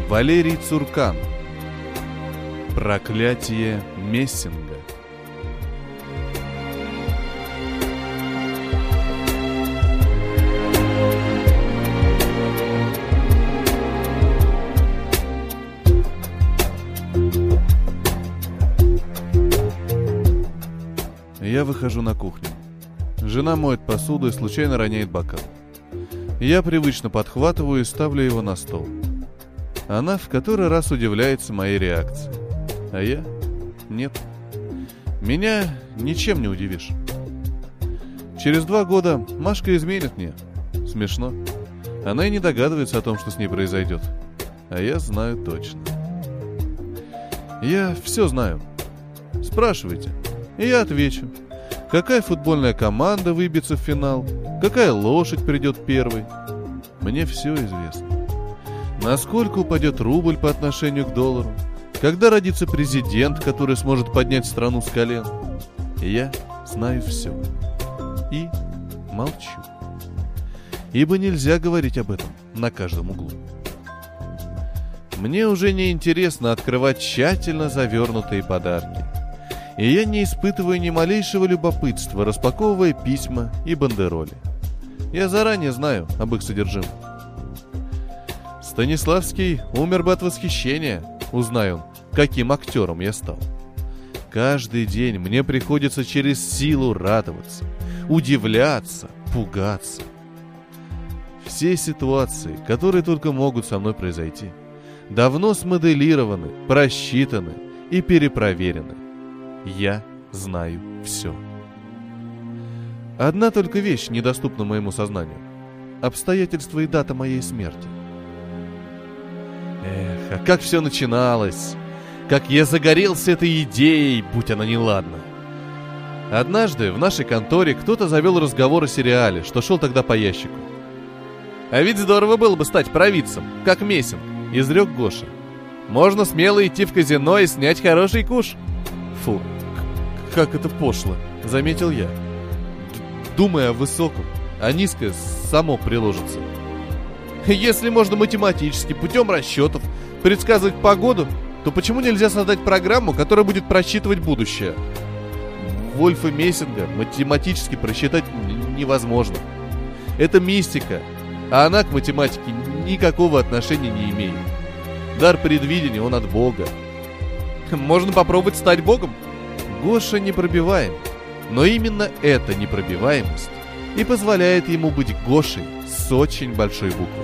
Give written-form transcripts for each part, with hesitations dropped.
Валерий Цуркан. Проклятие Мессинга. Я выхожу на кухню. Жена моет посуду и случайно роняет бокал. Я привычно подхватываю и ставлю его на стол. Она в который раз удивляется моей реакции. А я? Нет. Меня ничем не удивишь. Через 2 года Машка изменит мне. Смешно. Она и не догадывается о том, что с ней произойдет. А я знаю точно. Я все знаю. Спрашивайте, и я отвечу. Какая футбольная команда выбьется в финал? Какая лошадь придет первой? Мне все известно. Насколько упадет рубль по отношению к доллару? Когда родится президент, который сможет поднять страну с колен? Я знаю все. И молчу. Ибо нельзя говорить об этом на каждом углу. Мне уже не интересно открывать тщательно завернутые подарки. И я не испытываю ни малейшего любопытства, распаковывая письма и бандероли. Я заранее знаю об их содержимом. Станиславский умер бы от восхищения, узнай он, каким актером я стал. Каждый день мне приходится через силу радоваться, удивляться, пугаться. Все ситуации, которые только могут со мной произойти, давно смоделированы, просчитаны и перепроверены. Я знаю все. Одна только вещь недоступна моему сознанию. Обстоятельства и дата моей смерти. Эх, а как все начиналось! Как я загорелся этой идеей, будь она неладна. Однажды в нашей конторе кто-то завел разговор о сериале, что шел тогда по ящику. «А ведь здорово было бы стать провидцем, как Мессинг», — изрек Гоша. «Можно смело идти в казино и снять хороший куш». «Фу, как это пошло», — заметил я. «Думая о высоком, а низкое само приложится». «Если можно математически, путем расчетов, предсказывать погоду, то почему нельзя создать программу, которая будет просчитывать будущее?» Вольфа Мессинга математически просчитать невозможно. Это мистика, а она к математике никакого отношения не имеет. Дар предвидения, он от Бога. Можно попробовать стать Богом? Гоша непробиваем, но именно эта непробиваемость и позволяет ему быть Гошей с очень большой буквы.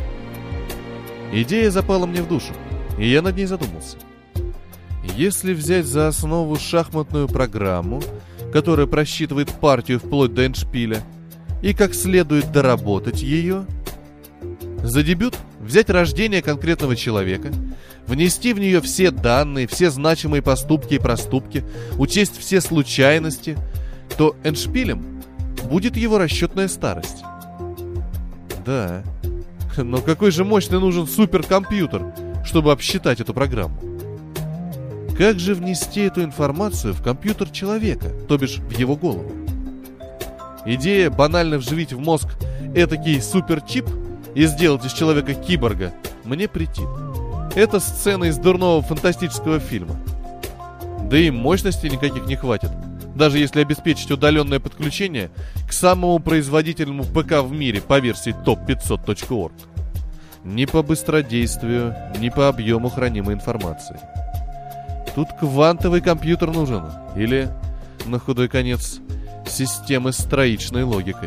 Идея запала мне в душу, и я над ней задумался. Если взять за основу шахматную программу, которая просчитывает партию вплоть до эндшпиля, и как следует доработать ее, за дебют взять рождение конкретного человека, внести в нее все данные, все значимые поступки и проступки, учесть все случайности, то эндшпилем будет его расчетная старость. Да, но какой же мощный нужен суперкомпьютер, чтобы обсчитать эту программу? Как же внести эту информацию в компьютер человека, то бишь в его голову? Идея банально вживить в мозг этакий суперчип и сделать из человека киборга мне претит. Это сцена из дурного фантастического фильма. Да и мощности никаких не хватит, даже если обеспечить удаленное подключение к самому производительному ПК в мире по версии top500.org. Ни по быстродействию, ни по объему хранимой информации. Тут квантовый компьютер нужен. Или, на худой конец, системы с троичной логикой.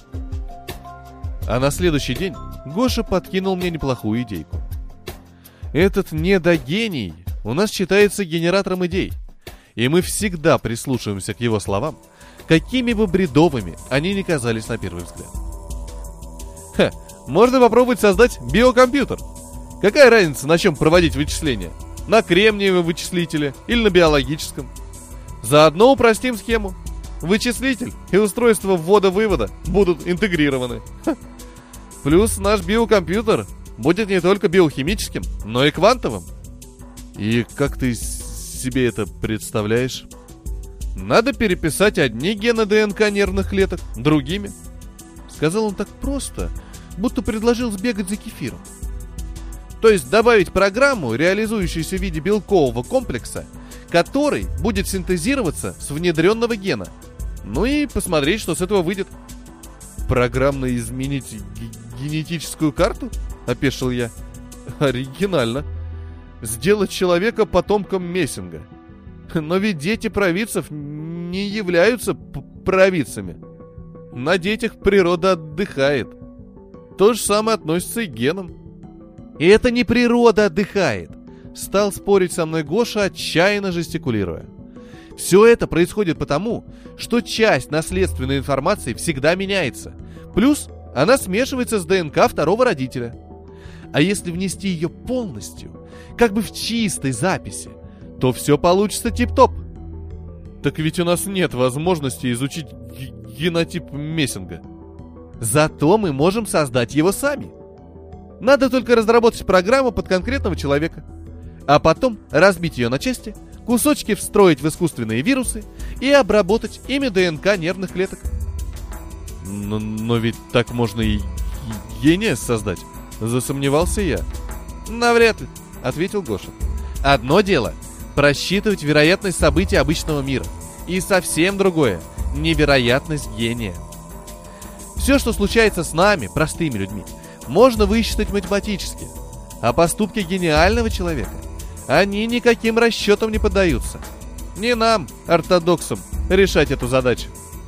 А на следующий день Гоша подкинул мне неплохую идейку. Этот недогений у нас считается генератором идей, и мы всегда прислушиваемся к его словам, какими бы бредовыми они ни казались на первый взгляд. Можно попробовать создать биокомпьютер. Какая разница, на чем проводить вычисления? На кремниевом вычислителе или на биологическом? Заодно упростим схему. Вычислитель и устройство ввода-вывода будут интегрированы. Плюс наш биокомпьютер будет не только биохимическим, но и квантовым. И как ты себе это представляешь? Надо переписать одни гены ДНК нервных клеток другими. Сказал он так просто, будто предложил сбегать за кефиром. То есть добавить программу, реализующуюся в виде белкового комплекса, который будет синтезироваться с внедренного гена. Ну и посмотреть, что с этого выйдет. Программно изменить генетическую карту? Опешил я. Оригинально. Сделать человека потомком Мессинга. Но ведь дети провидцев не являются провидцами. На детях природа отдыхает. То же самое относится и к генам. И это не природа отдыхает. Стал спорить со мной Гоша, отчаянно жестикулируя. Все это происходит потому, что часть наследственной информации всегда меняется. Плюс она смешивается с ДНК второго родителя. А если внести ее полностью, как бы в чистой записи, то все получится тип-топ. Так ведь у нас нет возможности изучить генотип Мессинга. Зато мы можем создать его сами. Надо только разработать программу под конкретного человека, а потом разбить ее на части, кусочки встроить в искусственные вирусы и обработать ими ДНК нервных клеток. Но ведь так можно и гения создать, засомневался я. Навряд ли, ответил Гоша. Одно дело просчитывать вероятность событий обычного мира, и совсем другое — невероятность гения. Все, что случается с нами, простыми людьми, можно высчитать математически, а поступки гениального человека, они никаким расчетам не поддаются. Не нам, ортодоксам, решать эту задачу.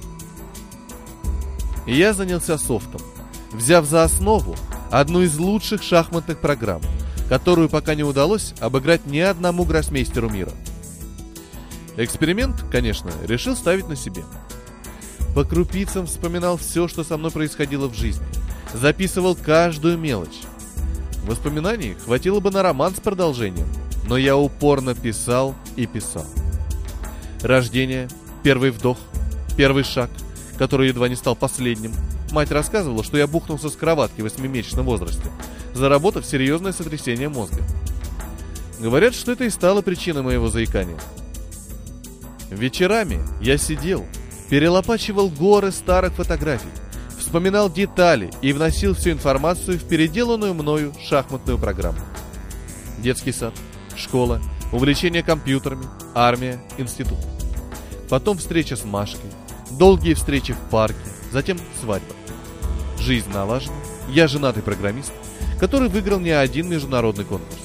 Я занялся софтом, взяв за основу одну из лучших шахматных программ, которую пока не удалось обыграть ни одному гроссмейстеру мира. Эксперимент, конечно, решил ставить на себе. По крупицам вспоминал все, что со мной происходило в жизни, записывал каждую мелочь. Воспоминаний хватило бы на роман с продолжением, но я упорно писал и писал. Рождение, первый вдох, первый шаг, который едва не стал последним. Мать рассказывала, что я бухнулся с кроватки в 8-месячном возрасте, заработав серьезное сотрясение мозга. Говорят, что это и стало причиной моего заикания. Вечерами я сидел, перелопачивал горы старых фотографий, вспоминал детали и вносил всю информацию в переделанную мною шахматную программу. Детский сад, школа, увлечение компьютерами, армия, институт. Потом встреча с Машкой, долгие встречи в парке, затем свадьба. Жизнь налажена, я женатый программист, который выиграл не один международный конкурс.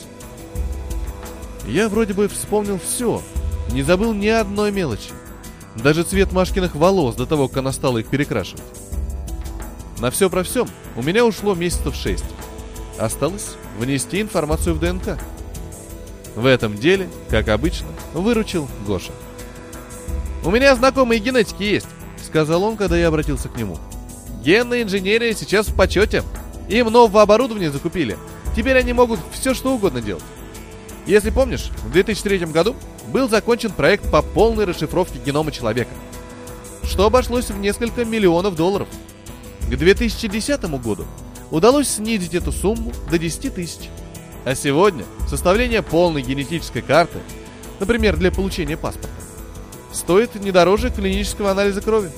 Я вроде бы вспомнил все, не забыл ни одной мелочи. Даже цвет Машкиных волос до того, как она стала их перекрашивать. На все про всем у меня ушло месяцев 6. Осталось внести информацию в ДНК. В этом деле, как обычно, выручил Гоша. «У меня знакомые генетики есть», — сказал он, когда я обратился к нему. «Генная инженерия сейчас в почете. Им нового оборудования закупили. Теперь они могут все что угодно делать. Если помнишь, в 2003 году был закончен проект по полной расшифровке генома человека, что обошлось в несколько миллионов долларов. К 2010 году удалось снизить эту сумму до 10 тысяч. А сегодня составление полной генетической карты, например, для получения паспорта, стоит не дороже клинического анализа крови».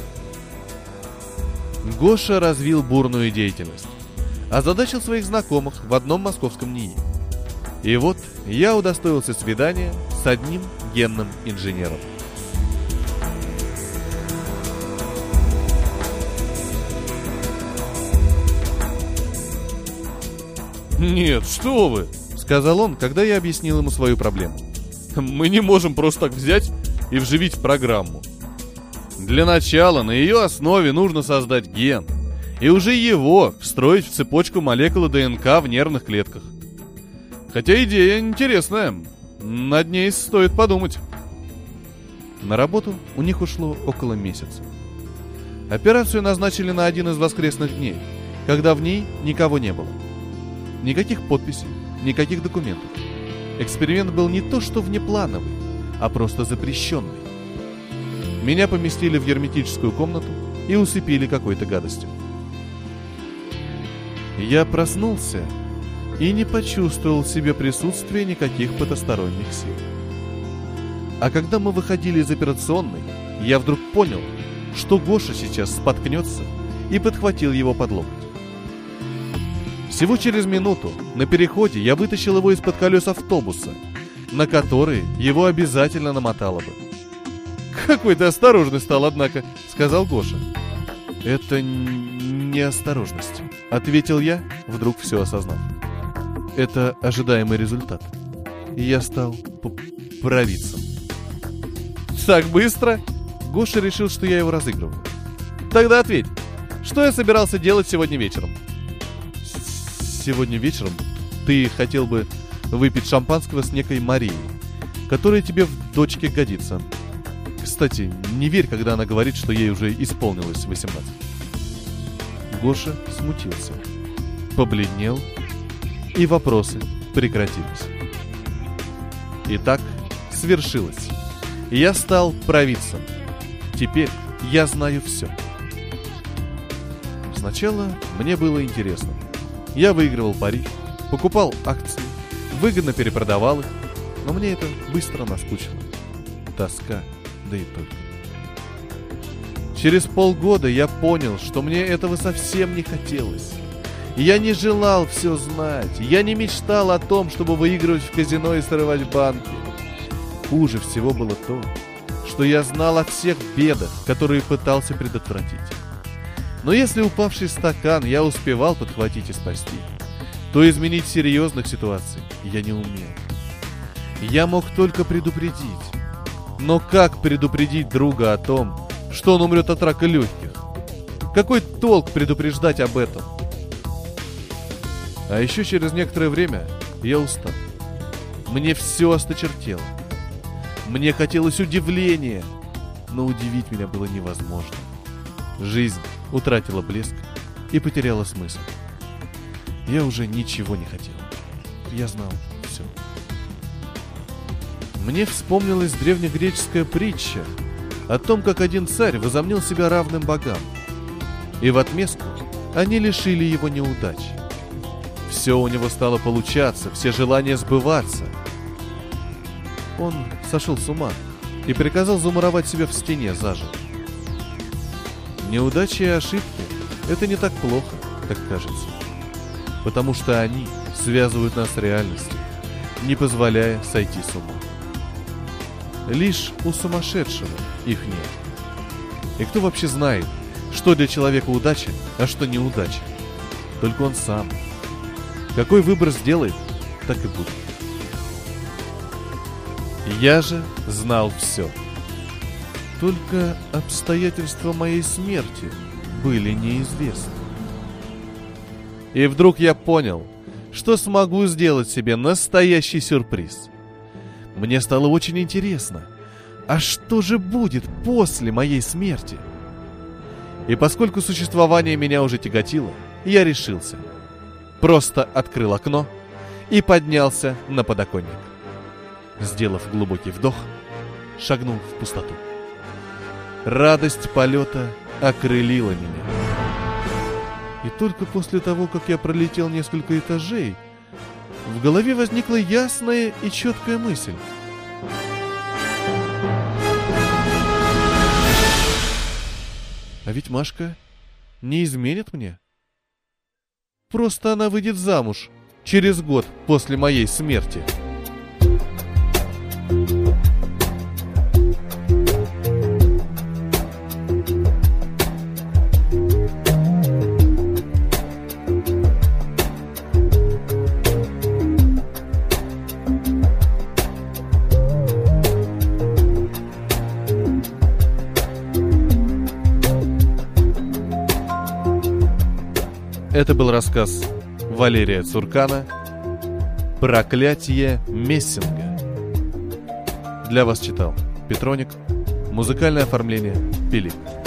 Гоша развил бурную деятельность, озадачил своих знакомых в одном московском НИИ. И вот я удостоился свидания с одним генным инженером. «Нет, что вы!» — сказал он, когда я объяснил ему свою проблему. «Мы не можем просто так взять и вживить в программу. Для начала на ее основе нужно создать ген, и уже его встроить в цепочку молекулы ДНК в нервных клетках. Хотя идея интересная, над ней стоит подумать». На работу у них ушло около месяца. Операцию назначили на один из воскресных дней, когда в ней никого не было. Никаких подписей, никаких документов. Эксперимент был не то что внеплановый, а просто запрещенный. Меня поместили в герметическую комнату и усыпили какой-то гадостью. Я проснулся и не почувствовал в себе присутствия никаких потусторонних сил. А когда мы выходили из операционной, я вдруг понял, что Гоша сейчас споткнется, и подхватил его под локоть. Всего через минуту на переходе я вытащил его из-под колес автобуса, на которые его обязательно намотало бы. «Какой ты осторожный стал, однако», — сказал Гоша. «Это неосторожность», — ответил я, вдруг все осознав. «Это ожидаемый результат. И я стал провидцем». «Так быстро?» Гоша решил, что я его разыгрываю. «Тогда ответь, что я собирался делать сегодня вечером?» «Сегодня вечером ты хотел бы выпить шампанского с некой Марией, которая тебе в дочке годится. Кстати, не верь, когда она говорит, что ей уже исполнилось 18. Гоша смутился, побледнел, и вопросы прекратились. Итак, свершилось. Я стал провидцем. Теперь я знаю все. Сначала мне было интересно. Я выигрывал пари, покупал акции, выгодно перепродавал их, но мне это быстро наскучило. Тоска, да и только. Через полгода я понял, что мне этого совсем не хотелось. Я не желал все знать, я не мечтал о том, чтобы выигрывать в казино и срывать банки. Хуже всего было то, что я знал о всех бедах, которые пытался предотвратить. Но если упавший стакан я успевал подхватить и спасти, то изменить серьезных ситуаций я не умел. Я мог только предупредить. Но как предупредить друга о том, что он умрет от рака легких? Какой толк предупреждать об этом? А еще через некоторое время я устал. Мне все осточертело. Мне хотелось удивления, но удивить меня было невозможно. Жизнь утратила блеск и потеряла смысл. Я уже ничего не хотел. Я знал все. Мне вспомнилась древнегреческая притча о том, как один царь возомнил себя равным богам, и в отместку они лишили его неудач. Все у него стало получаться, все желания сбываться. Он сошел с ума и приказал замуровать себя в стене заживо. Неудачи и ошибки – это не так плохо, как кажется, потому что они связывают нас с реальностью, не позволяя сойти с ума. Лишь у сумасшедшего их нет. И кто вообще знает, что для человека удача, а что неудача? Только он сам. Какой выбор сделает, так и будет. Я же знал все. Только обстоятельства моей смерти были неизвестны. И вдруг я понял, что смогу сделать себе настоящий сюрприз. Мне стало очень интересно, а что же будет после моей смерти? И поскольку существование меня уже тяготило, я решился. Просто открыл окно и поднялся на подоконник. Сделав глубокий вдох, шагнул в пустоту. Радость полета окрылила меня. И только после того, как я пролетел несколько этажей, в голове возникла ясная и четкая мысль. А ведь Машка не изменит мне. Просто она выйдет замуж через год после моей смерти. Это был рассказ Валерия Цуркана «Проклятие Мессинга». Для вас читал Петроник. Музыкальное оформление Пилип.